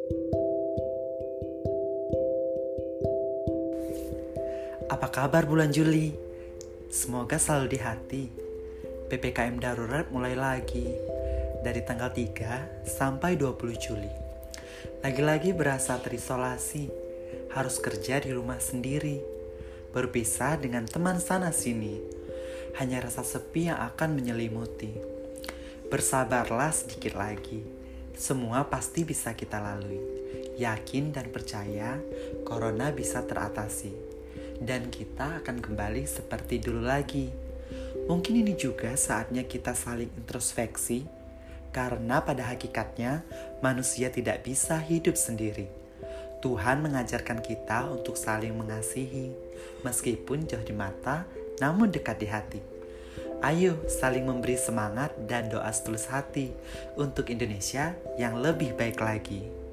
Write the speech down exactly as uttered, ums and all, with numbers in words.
Apa kabar bulan Juli? Semoga selalu di hati. P P K M darurat mulai lagi dari tanggal tiga sampai dua puluh Juli. Lagi-lagi berasa terisolasi, harus kerja di rumah sendiri, berpisah dengan teman sana sini. Hanya rasa sepi yang akan menyelimuti. Bersabarlah sedikit lagi, semua pasti bisa kita lalui. Yakin dan percaya, corona bisa teratasi. Dan kita akan kembali seperti dulu lagi. Mungkin ini juga saatnya kita saling introspeksi, karena pada hakikatnya manusia tidak bisa hidup sendiri. Tuhan mengajarkan kita untuk saling mengasihi, meskipun jauh di mata, namun dekat di hati. Ayo saling memberi semangat dan doa setulus hati untuk Indonesia yang lebih baik lagi.